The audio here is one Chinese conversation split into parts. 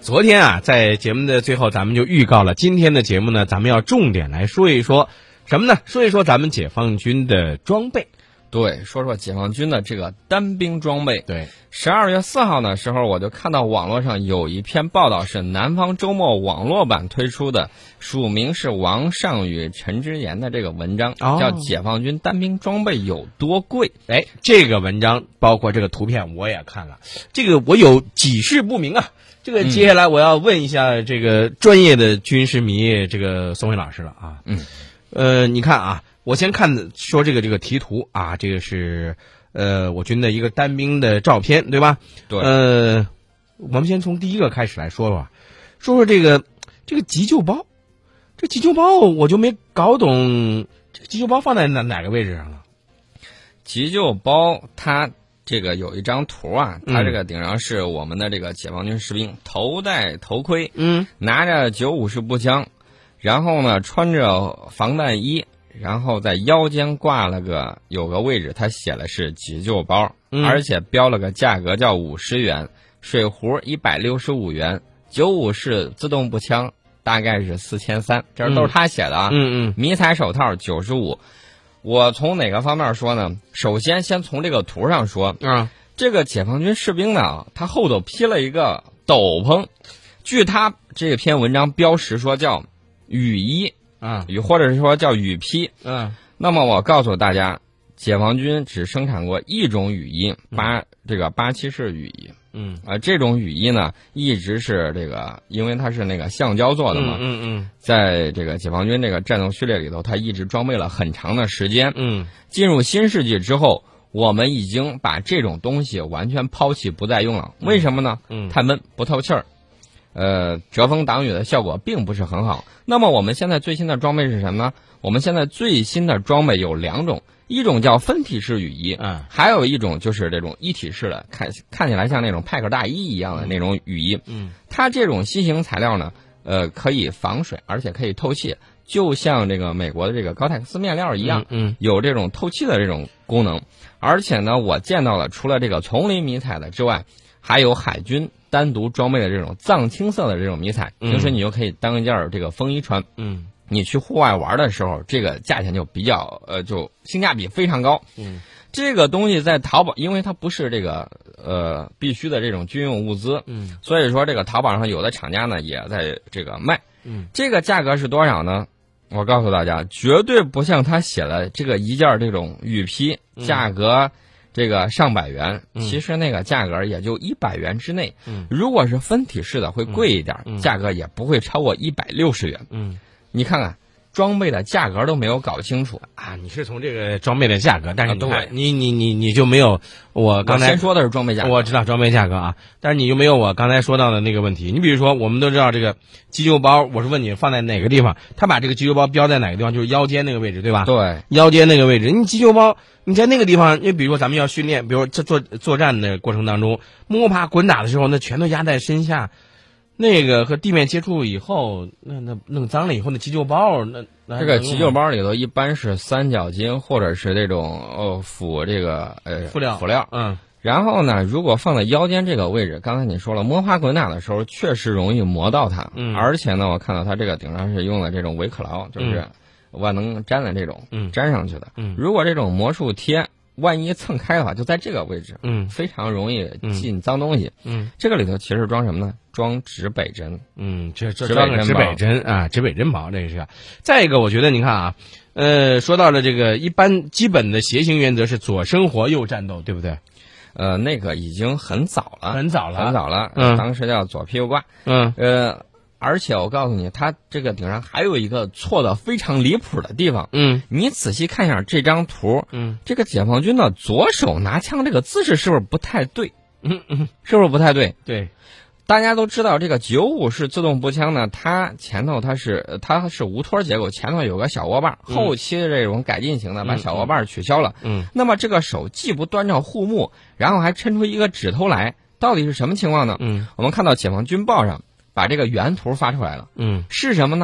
昨天啊，在节目的最后，咱们就预告了今天的节目呢，咱们要重点来说一说什么呢？说一说咱们解放军的装备。 对，说说解放军的这个单兵装备。 对 ，12月4号的时候，我就看到网络上有一篇报道，是南方周末网络版推出的，署名是王尚宇、陈之言的这个文章，叫《解放军单兵装备有多贵》。 哎，这个文章包括这个图片我也看了，这个我有几事不明啊。这个接下来我要问一下这个专业的军事迷，这个宋伟老师了啊。你看啊。我先说这个题图啊，这个是我军的一个单兵的照片，对吧？ 对。 我们先从第一个开始来说吧，说这个急救包。这急救包我就没搞懂，这急救包放在哪个位置上了？ 急救包它这个有一张图啊，它这个顶上是我们的这个解放军士兵，头戴头盔，拿着9.5式步枪，然后呢穿着防弹衣。然后在腰间挂了有个位置，它写的是急救包，而且标了个价格叫50元，水壶165元，9.5式自动步枪大概是4300，这都是他写的啊。迷彩手套95。我从哪个方面说呢？首先从这个图上说，这个解放军士兵呢，他后头披了一个斗篷，据他这篇文章标识说叫雨衣。或者是说叫雨披。那么我告诉大家，解放军只生产过一种雨衣，87式雨衣。这种雨衣呢，一直是因为它是橡胶做的嘛。在这个解放军这个战斗序列里头，它一直装备了很长的时间。进入新世纪之后，我们已经把这种东西完全抛弃不再用了。为什么呢？太闷不透气儿。遮风挡雨的效果并不是很好。那么我们现在最新的装备是什么呢？我们现在最新的装备有2种，一种叫分体式雨衣，还有一种就是这种一体式的，看起来像那种派克大衣一样的那种雨衣。它这种新型材料呢，可以防水，而且可以透气，就像这个美国的这个高泰克斯面料一样，有这种透气的这种功能。而且呢，我见到了除了这个丛林迷彩的之外，还有海军单独装备的这种藏青色的这种迷彩，平时你就可以当一件这个风衣穿。你去户外玩的时候，这个价钱就比较就性价比非常高。这个东西在淘宝，因为它不是这个必须的这种军用物资，所以说这个淘宝上有的厂家呢也在这个卖。这个价格是多少呢？我告诉大家，绝对不像他写的这个一件这种雨披价格这个上百元，其实那个价格也就100元之内。如果是分体式的会贵一点，价格也不会超过160元。你看看装备的价格都没有搞清楚啊！你是从这个装备的价格，但是你就没有我刚才先说的是装备价格， 我知道装备价格啊，但是你就没有我刚才说到的那个问题。你比如说，我们都知道这个急救包，我是问你放在哪个地方，他把这个急救包标在哪个地方，就是腰间那个位置，对吧？ 对， 腰间那个位置，你急救包你在那个地方，你比如说咱们要训练，比如说作战的过程当中，摸爬滚打的时候，那全都压在身下。那个和地面接触以后，那弄脏了以后，那急救包这个急救包里头一般是三角巾或者是这种辅这个辅料。 然后呢，如果放在腰间这个位置，刚才你说了，摸爬滚打的时候确实容易磨到它。而且呢，我看到它这个顶上是用了这种维克劳，就是万能粘的这种，粘上去的。如果这种魔术贴万一蹭开的话，就在这个位置，非常容易进脏东西。这个里头其实装什么呢？装指北针。 这装个指北针啊，指北针包这是。再一个，我觉得你看啊，说到了这个一般基本的协行原则是左生活右战斗，对不对？ 那个已经很早了。当时叫左劈右挂。而且我告诉你，它这个顶上还有一个错的非常离谱的地方。你仔细看一下这张图。这个解放军的左手拿枪这个姿势是不是不太对？是不是不太对？ 对。 大家都知道这个9.5式自动步枪呢，它前头它是无托结构，前头有个小握把，后期的这种改进型的把小握把取消了。那么这个手既不端着护目，然后还抻出一个指头来，到底是什么情况呢？我们看到解放军报上把这个原图发出来了。是什么呢？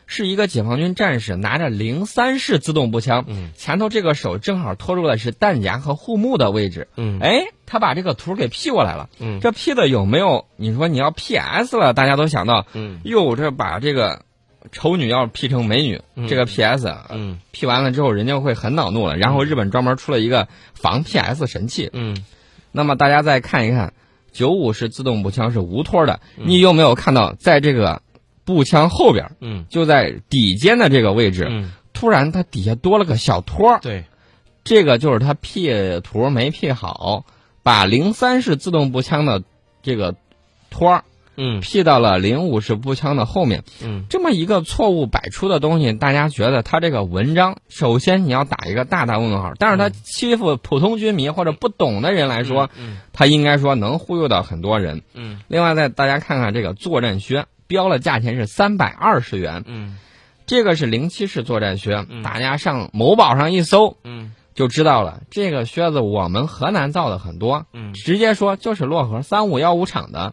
是一个解放军战士拿着03式自动步枪，前头这个手正好托住的是弹夹和护目的位置，他把这个图给 P 过来了，这 P 的有没有？你说你要 PS 了，大家都想到，这把这个丑女要 P 成美女，这个 PS，P 完了之后人家会很恼怒了，然后日本专门出了一个防 PS 神器，那么大家再看一看，95式自动步枪是无托的，你有没有看到在这个步枪后边，就在底尖的这个位置，突然它底下多了个小托， 对， 这个就是它 P 图没 P 好，把03式自动步枪的这个托P 到了05式步枪的后面，这么一个错误百出的东西，大家觉得他这个文章，首先你要打一个大大问号，但是他欺负普通军迷或者不懂的人来说，他应该说能忽悠到很多人。另外大家看看这个作战靴，标了价钱是320元，这个是07式作战靴，大家上某宝上一搜，就知道了，这个靴子我们河南造的很多，直接说就是漯河3515厂的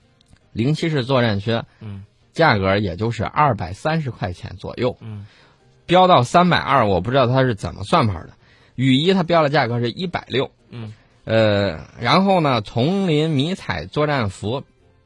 ，07式作战靴，价格也就是230块钱左右，标到320，我不知道它是怎么算法的。雨衣它标的价格是160，然后呢，丛林迷彩作战服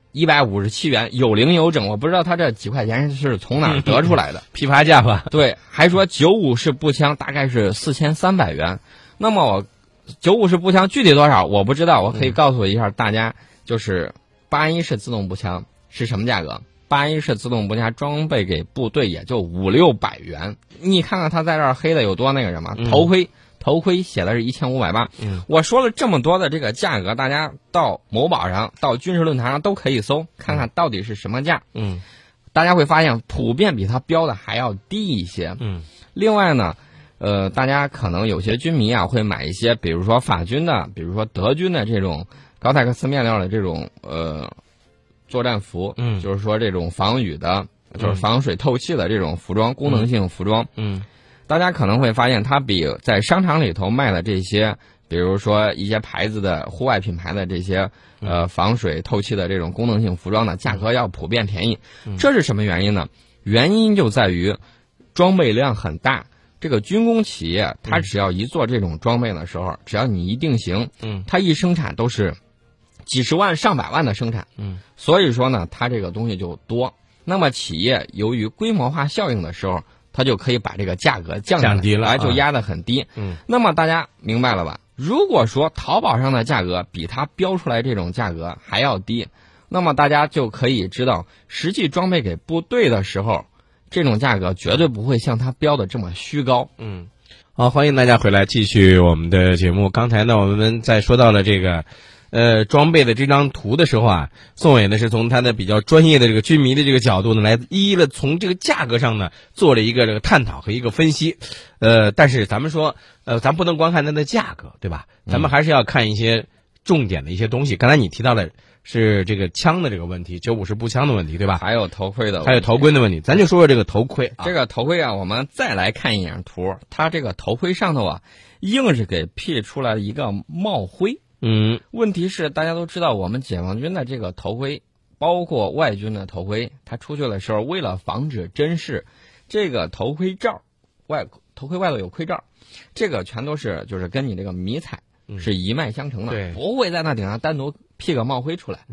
157元，有零有整，我不知道它这几块钱是从哪儿得出来的， 批发价吧？ 对，还说95式步枪大概是4300元，那么我95式步枪具体多少我不知道，我可以告诉一下大家，就是81式自动步枪是什么价格？81式自动步枪装备给部队也就500-600元。你看看他在这儿黑的有多那个什么？头盔写的是1580。我说了这么多的这个价格，大家到某宝上、到军事论坛上都可以搜，看看到底是什么价。大家会发现普遍比他标的还要低一些。另外呢，大家可能有些军迷啊会买一些，比如说法军的，比如说德军的这种高泰克斯面料的这种作战服，就是说这种防雨的，就是防水透气的这种服装，功能性服装，大家可能会发现它比在商场里头卖的这些，比如说一些牌子的户外品牌的这些防水透气的这种功能性服装的价格要普遍便宜。这是什么原因呢？原因就在于装备量很大。这个军工企业，它只要一做这种装备的时候，只要你一定型，它一生产都是几十万上百万的生产，所以说呢，它这个东西就多。那么企业由于规模化效应的时候，它就可以把这个价格降低了，就压得很低。那么大家明白了吧？如果说淘宝上的价格比它标出来这种价格还要低，那么大家就可以知道，实际装备给部队的时候，这种价格绝对不会像它标的这么虚高。 好，欢迎大家回来继续我们的节目。刚才呢，我们在说到了这个装备的这张图的时候啊，宋伟呢是从他的比较专业的这个军迷的这个角度呢，来一一的从这个价格上呢做了一个这个探讨和一个分析。但是咱们说，咱不能光看它的价格，对吧？咱们还是要看一些重点的一些东西。刚才你提到的是这个枪的这个问题，95式步枪的问题，对吧？ 还有头盔的问题， 还有头盔的问题。咱就说说这个头盔。 这个头盔啊，我们再来看一眼图，它这个头盔上头啊，硬是给 P 出来一个帽徽。问题是大家都知道，我们解放军的这个头盔，包括外军的头盔，他出去的时候为了防止针视，这个头盔罩头盔外头有盔罩，这个全都是就是跟你这个迷彩是一脉相承的，不会在那顶上单独 P 个帽徽出来。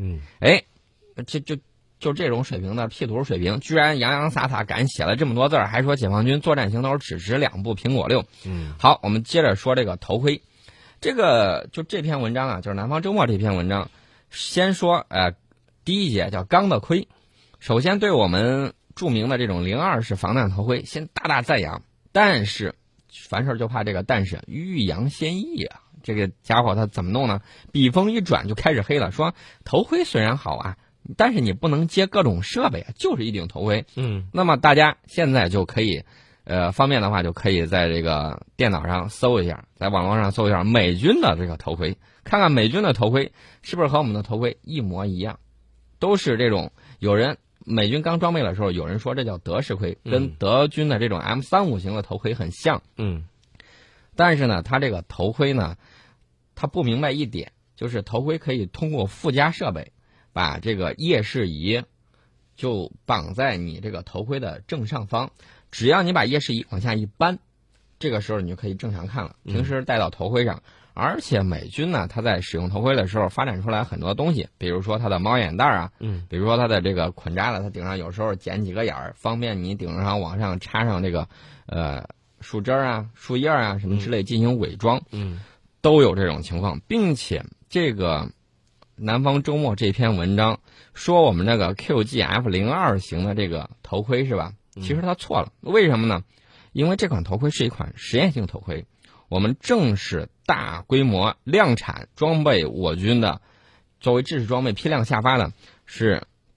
就这种水平的 P 图水平，居然洋洋洒洒敢写了这么多字儿，还说解放军作战行头只值2部苹果6。好，我们接着说这个头盔。这篇文章啊，就是南方周末这篇文章，先说第一节叫钢的盔。首先对我们著名的这种02式防弹头盔先大大赞扬，但是凡事就怕这个但是欲扬先抑啊，这个家伙他怎么弄呢？笔锋一转就开始黑了，说头盔虽然好啊，但是你不能接各种设备啊，就是一顶头盔。那么大家现在就可以方便的话就可以在这个电脑上搜一下，在网络上搜一下美军的这个头盔，看看美军的头盔是不是和我们的头盔一模一样，都是这种。美军刚装备的时候，有人说这叫德式盔，跟德军的这种 M35型的头盔很像。但是呢，它这个头盔呢，它不明白一点，就是头盔可以通过附加设备把这个夜视仪就绑在你这个头盔的正上方，只要你把夜视仪往下一扳，这个时候你就可以正常看了。平时戴到头盔上。而且美军呢，它在使用头盔的时候发展出来很多东西，比如说它的猫眼带啊，比如说它的这个捆扎的，它顶上有时候剪几个眼儿，方便你顶上往上插上这个树枝啊、树叶啊什么之类进行伪装，都有这种情况，并且这个南方周末这篇文章说我们这个 QGF-02型的这个头盔是吧？其实它错了，为什么呢？因为这款头盔是一款实验性头盔。我们正式大规模量产装备我军的，作为制式装备批量下发的是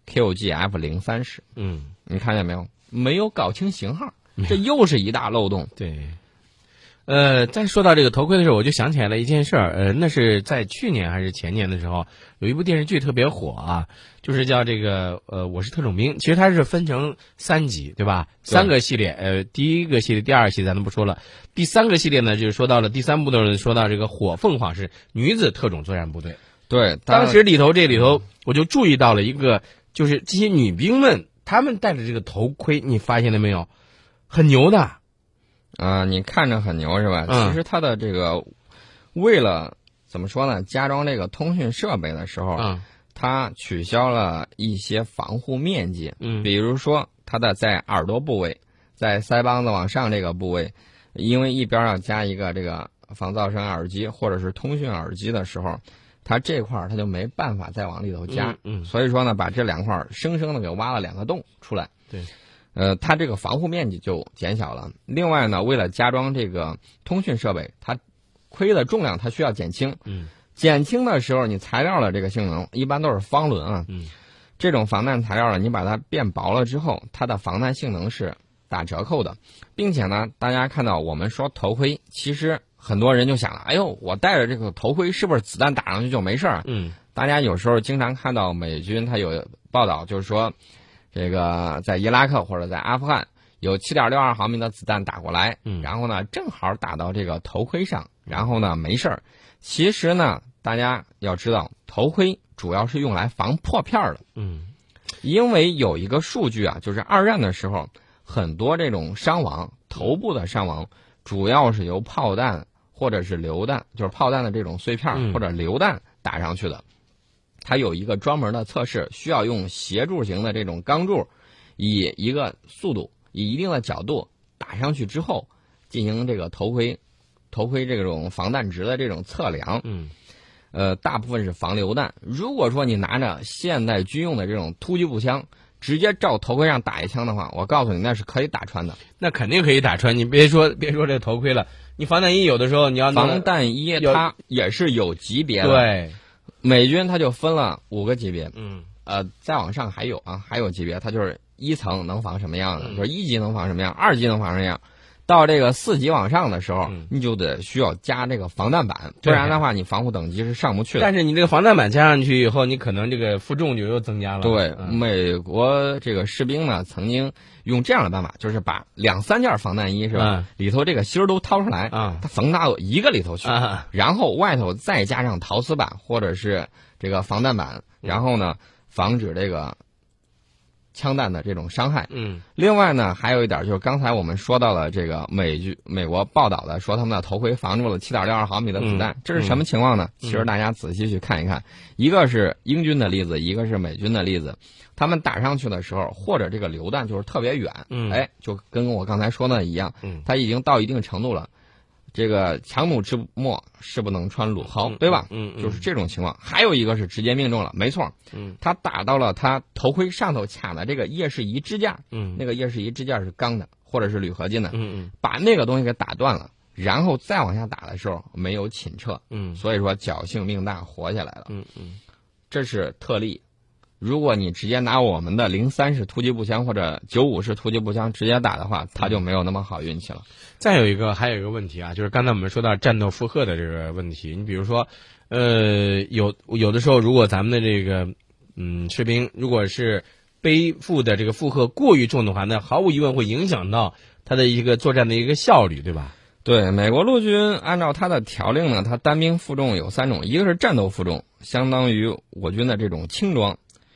QGF-030。你看见没有？没有搞清型号，这又是一大漏洞。 对。再说到这个头盔的时候，我就想起来了一件事儿。那是在去年还是前年的时候，有一部电视剧特别火啊，就是叫这个我是特种兵。其实它是分成3集，对吧？3个系列，第1个系列、第2个系列咱都不说了。第3个系列呢，就是说到了第3部的时候，说到这个火凤凰是女子特种作战部队。 对， 当时这里头我就注意到了一个，就是这些女兵们她们戴着这个头盔，你发现了没有？很牛的。 你看着很牛是吧？其实它的这个为了怎么说呢，加装这个通讯设备的时候，它取消了一些防护面积，比如说它的在耳朵部位，在腮帮子往上这个部位，因为一边要加一个这个防噪声耳机或者是通讯耳机的时候，它这块它就没办法再往里头加，所以说呢，把这2块生生的给挖了2个洞出来。 对。 它这个防护面积就减小了。另外呢，为了加装这个通讯设备，它盔的重量它需要减轻。减轻的时候，你材料的这个性能一般都是方纶啊。这种防弹材料呢，你把它变薄了之后，它的防弹性能是打折扣的，并且呢，大家看到我们说头盔，其实很多人就想了，哎呦，我戴着这个头盔是不是子弹打上去就没事儿？大家有时候经常看到美军他有报道，就是说。这个在伊拉克或者在阿富汗有7.62毫米的子弹打过来，然后呢正好打到这个头盔上，然后呢没事儿。其实呢，大家要知道，头盔主要是用来防破片的。因为有一个数据啊，就是2战的时候，很多这种伤亡，头部的伤亡，主要是由炮弹或者是榴弹，就是炮弹的这种碎片或者榴弹打上去的。它有一个专门的测试，需要用斜柱型的这种钢柱，以一个速度、以一定的角度打上去之后，进行这个头盔这种防弹值的这种测量。大部分是防榴弹。如果说你拿着现代军用的这种突击步枪，直接照头盔上打一枪的话，我告诉你那是可以打穿的。 那肯定可以打穿。你别说这头盔了，你防弹衣有的时候你要防弹衣它也是有级别的。 对。 美军它就分了5个级别，再往上还有级别，它就是1层能防什么样的，就是1级能防什么样，2级能防什么样，到这个4级往上的时候，你就得需要加这个防弹板，不然的话你防护等级是上不去的。 但是你这个防弹板加上去以后，你可能这个负重就又增加了。 对，美国这个士兵呢曾经用这样的办法，就是把2-3件防弹衣是吧，里头这个芯儿都掏出来，它缝到一个里头去，然后外头再加上陶瓷板或者是这个防弹板，然后呢防止这个枪弹的这种伤害。另外呢，还有一点就是刚才我们说到了这个美国报道的，说他们的头盔防住了7.62毫米的子弹，这是什么情况呢？其实大家仔细去看一看，一个是英军的例子，一个是美军的例子。他们打上去的时候，或者这个榴弹就是特别远，就跟我刚才说的一样，它已经到一定程度了。这个强弩之末是不能穿弩蒿，对吧？就是这种情况。还有一个是直接命中了，没错，他打到了他头盔上头卡的这个夜视仪支架，那个夜视仪支架是钢的或者是铝合金的，把那个东西给打断了，然后再往下打的时候没有倾撤，所以说侥幸命大活下来了，这是特例。如果你直接拿我们的03式突击步枪或者95式突击步枪直接打的话，他就没有那么好运气了。 还有一个问题啊，就是刚才我们说到战斗负荷的这个问题。你比如说，有的时候，如果咱们的这个士兵如果是背负的这个负荷过于重的话，那毫无疑问会影响到他的一个作战的一个效率，对吧？ 对，美国陆军按照它的条令呢，它单兵负重有3种，一个是战斗负重，相当于我军的这种轻装。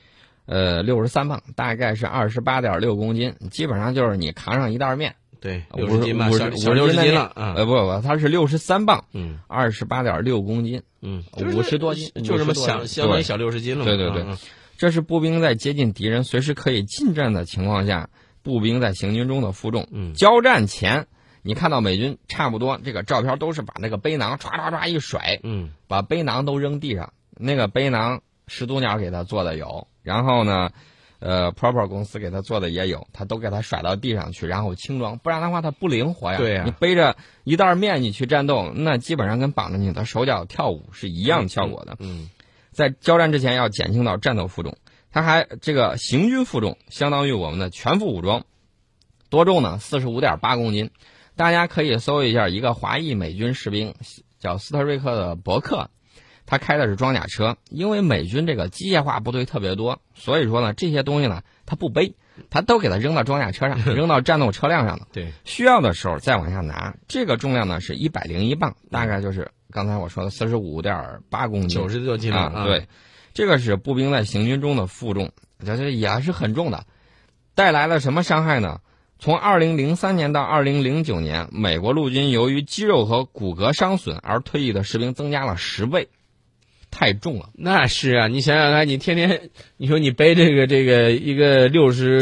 63磅，大概是28.6公斤，基本上就是你扛上一袋面。 对，60斤吧，小 60 斤了啊。 不，它是63磅 ，28.6 公斤，50多斤， 就这么相当于小60斤了嘛。 对对对，这是步兵在接近敌人随时可以近战的情况下，步兵在行军中的负重。交战前，你看到美军差不多这个照片都是把那个背囊唰唰唰一甩，把背囊都扔地上。那个背囊始祖鸟给他做的有，然后呢，Proper 公司给他做的也有，他都给他甩到地上去，然后轻装，不然的话他不灵活呀。 对呀， 你背着一袋面你去战斗，那基本上跟绑着你的手脚跳舞是一样的效果的。在交战之前要减轻到战斗负重，它还这个行军负重相当于我们的全副武装，多重呢？45.8公斤。大家可以搜一下一个华裔美军士兵叫斯特瑞克的伯克。他开的是装甲车，因为美军这个机械化部队特别多，所以说呢，这些东西呢，他不背，他都给他扔到装甲车上，扔到战斗车辆上的。 对， 需要的时候再往下拿。这个重量呢是101磅，大概就是刚才我说的45.8公斤 ，90多斤了。 对，这个是步兵在行军中的负重，这也是很重的。带来了什么伤害呢？从2003年到2009年，美国陆军由于肌肉和骨骼伤损而退役的士兵增加了10倍。太重了。 那是啊，你想想看，你天天你说你背这个一个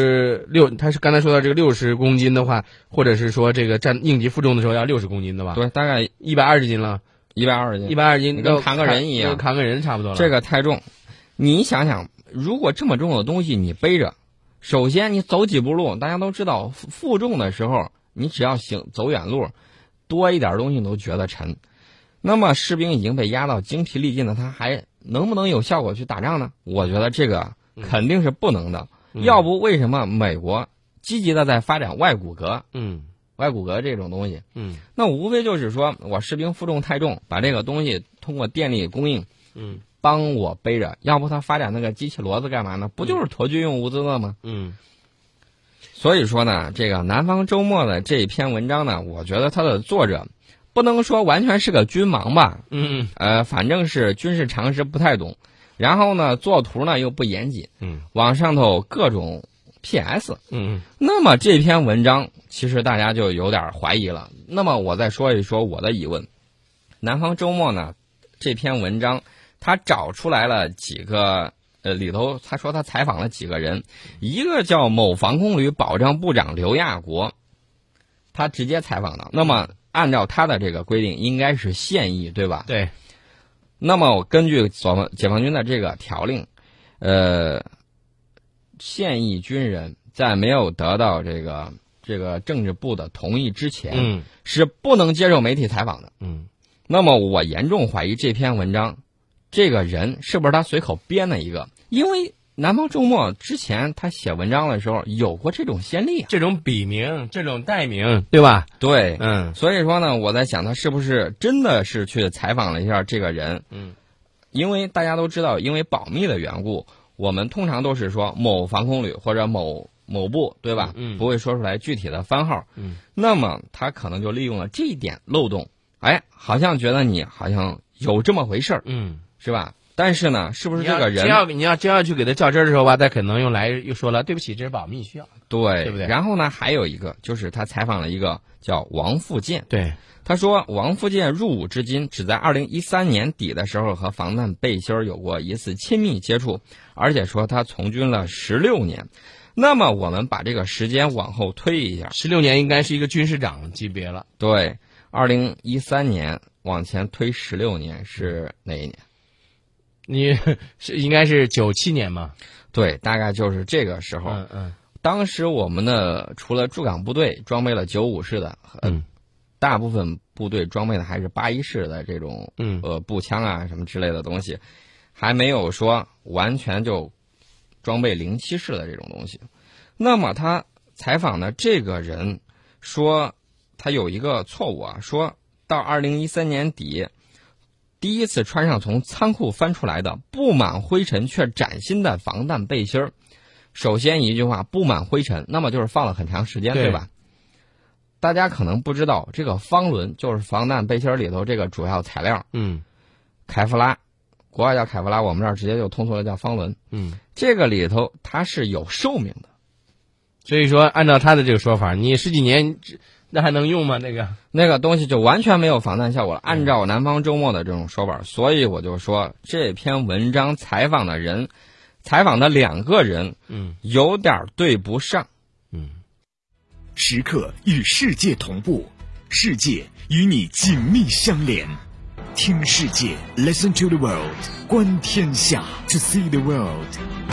66，他是刚才说到这个60公斤的话，或者是说这个战应急负重的时候要60公斤的吧？ 对，大概 120斤了。 120 斤， 跟扛个人一样， 跟扛个人差不多了。 这个太重。你想想，如果这么重的东西你背着，首先你走几步路，大家都知道负重的时候，你只要走远路，多一点东西你都觉得沉。那么士兵已经被压到精疲力尽了，他还能不能有效果去打仗呢？我觉得这个肯定是不能的。要不为什么美国积极的在发展外骨骼？外骨骼这种东西，那无非就是说我士兵负重太重，把这个东西通过电力供应，帮我背着。要不他发展那个机器骡子干嘛呢？不就是驮军用物资的吗？所以说呢，这个南方周末的这一篇文章呢，我觉得它的作者不能说完全是个军盲吧，反正是军事常识不太懂，然后呢做图呢又不严谨，网上头各种 PS，那么这篇文章其实大家就有点怀疑了。那么我再说一说我的疑问。南方周末呢这篇文章他找出来了几个里头他说他采访了几个人，一个叫某防空旅保障部长刘亚国，他直接采访的。那么按照他的这个规定应该是现役，对吧？ 对。 那么我根据解放军的这个条令，现役军人在没有得到这个政治部的同意之前，是不能接受媒体采访的。那么我严重怀疑这篇文章，这个人是不是他随口编的一个？因为南方周末之前他写文章的时候有过这种先例， 这种笔名，这种代名，对吧？ 对，所以说呢，我在想他是不是真的是去采访了一下这个人？因为大家都知道，因为保密的缘故，我们通常都是说某防空旅或者某部，对吧？不会说出来具体的番号。那么他可能就利用了这一点漏洞，好像觉得你好像有这么回事儿，是吧？但是呢，是不是这个人你要真要去给他较真的时候吧，他可能又说了对不起，这是保密需要，对不对？ 然后呢，还有一个就是他采访了一个叫王富建， 对， 他说王富建入伍至今，只在2013年底的时候和防弹背心有过一次亲密接触，而且说他从军了16年。那么我们把这个时间往后推一下 ，16年应该是一个军师长级别了。 对，2013年往前推16年是哪一年？ 你是应该是97年嘛？ 对，大概就是这个时候。当时我们的除了驻港部队装备了95式的，大部分部队装备的还是81式的这种步枪啊什么之类的东西，还没有说完全就装备07式的这种东西。那么他采访的这个人说，他有一个错误啊，说到2013年底。第一次穿上从仓库翻出来的布满灰尘却崭新的防弹背心儿。首先一句话，布满灰尘，那么就是放了很长时间，对吧？大家可能不知道，这个方纶就是防弹背心里头这个主要材料。凯夫拉，国外叫凯夫拉，我们这儿直接就通俗的叫方纶。 这个里头它是有寿命的。 所以说按照他的这个说法，你10几年那还能用吗？那个东西就完全没有防弹效果了。按照南方周末的这种说法，所以我就说这篇文章采访的2个人，有点对不上。 时刻与世界同步，世界与你紧密相连。听世界 ，Listen to the world， 观天下 ，To see the world。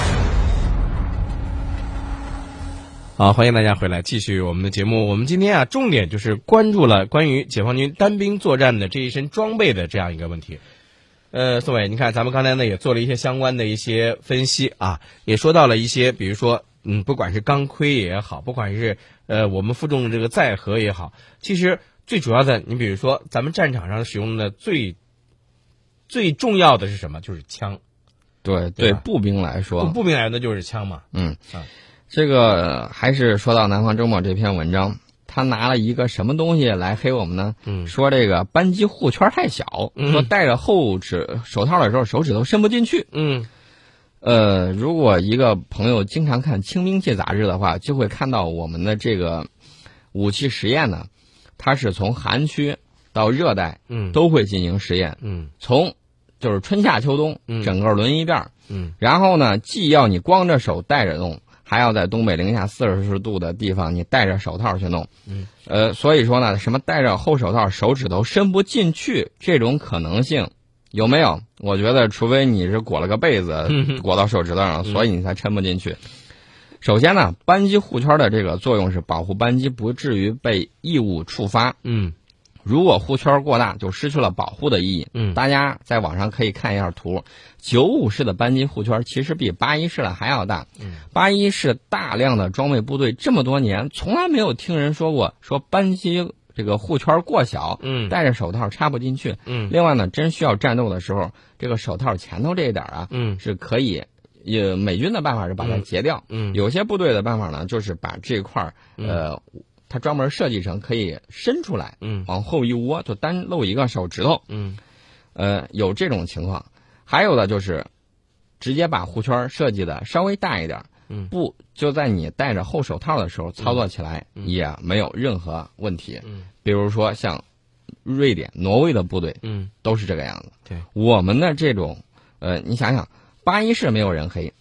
好，欢迎大家回来，继续我们的节目。我们今天重点就是关注了关于解放军单兵作战的这一身装备的这样一个问题。宋伟，你看咱们刚才呢也做了一些相关的一些分析啊，也说到了一些，比如说不管是钢盔也好，不管是我们负重的这个载荷也好，其实最主要的，你比如说咱们战场上使用的最重要的是什么？就是枪。 对步兵来说， 步兵来说那就是枪嘛。 这个还是说到南方周末这篇文章，他拿了一个什么东西来黑我们呢？说这个扳机护圈太小，说戴着厚手套的时候手指头伸不进去。如果一个朋友经常看《轻兵器》杂志的话，就会看到我们的这个武器实验呢，它是从寒区到热带，都会进行实验。从就是春夏秋冬，整个轮一遍。然后呢，既要你光着手戴着弄，还要在东北零下40度的地方，你戴着手套去弄。所以说呢，什么戴着厚手套手指头伸不进去这种可能性有没有？我觉得除非你是裹了个被子裹到手指头上，所以你才抻不进去。首先呢，扳机护圈的这个作用是保护扳机不至于被异物触发。如果护圈过大，就失去了保护的意义。大家在网上可以看一下图，95式的扳机护圈其实比81式的还要大。81式大量的装备部队这么多年，从来没有听人说过说扳机这个护圈过小，戴着手套插不进去。另外呢，真需要战斗的时候，这个手套前头这一点是可以。美军的办法是把它截掉。有些部队的办法呢，就是把这块它专门设计成可以伸出来，往后一窝就单露一个手指头。有这种情况。还有的就是直接把护圈设计的稍微大一点，不就在你戴着厚手套的时候操作起来也没有任何问题。比如说像瑞典、挪威的部队，都是这个样子。 对， 我们的这种你想想，81式没有人黑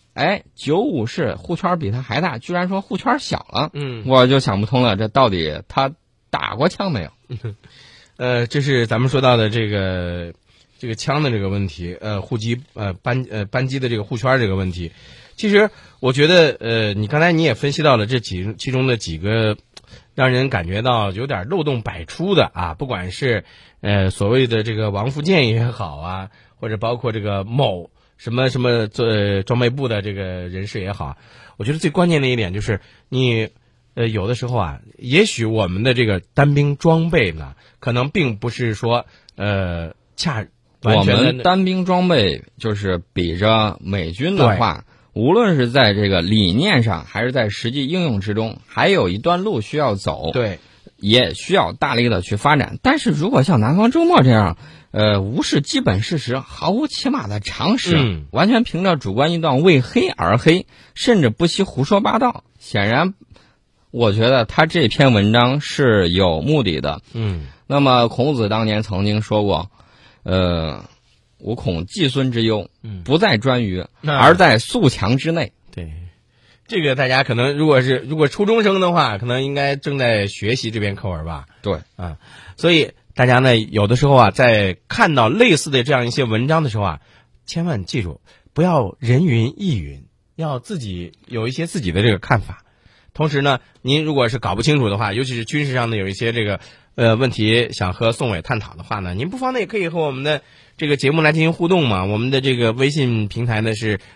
，95式护圈比它还大，居然说护圈小了。我就想不通了，这到底他打过枪没有？ 这是咱们说到的这个枪的这个问题，扳机的这个护圈这个问题。其实我觉得你刚才你也分析到了其中的几个让人感觉到有点漏洞百出的啊，不管是所谓的这个王福建也好啊，或者包括这个某什么装备部的这个人士也好，我觉得最关键的一点就是你有的时候啊，也许我们的这个单兵装备呢，可能并不是说完全的我们单兵装备就是比着美军的话，无论是在这个理念上还是在实际应用之中，还有一段路需要走。 对， 也需要大力的去发展。但是如果像南方周末这样无视基本事实，毫无起码的常识，完全凭着主观臆断为黑而黑，甚至不惜胡说八道，显然我觉得他这篇文章是有目的的。那么孔子当年曾经说过吾恐季孙之忧，不在颛臾，而在素强之内。 对，这个大家可能如果初中生的话，可能应该正在学习这篇课文吧。 对， 所以大家呢，有的时候啊，在看到类似的这样一些文章的时候啊，千万记住，不要人云亦云，要自己有一些自己的这个看法。同时呢，您如果是搞不清楚的话，尤其是军事上的有一些这个问题想和宋伟探讨的话呢，您不妨呢也可以和我们的这个节目来进行互动嘛。我们的这个微信平台呢是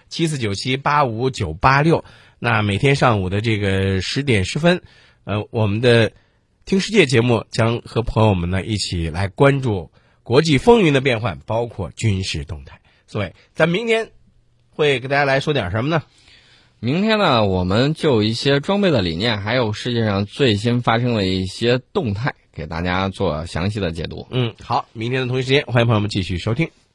7497859986，那每天上午的这个10点10分，我们的听世界节目将和朋友们呢一起来关注国际风云的变幻，包括军事动态。所以咱明天会给大家来说点什么呢？ 明天呢，我们就一些装备的理念，还有世界上最新发生的一些动态，给大家做详细的解读。 好，明天的同一时间，欢迎朋友们继续收听。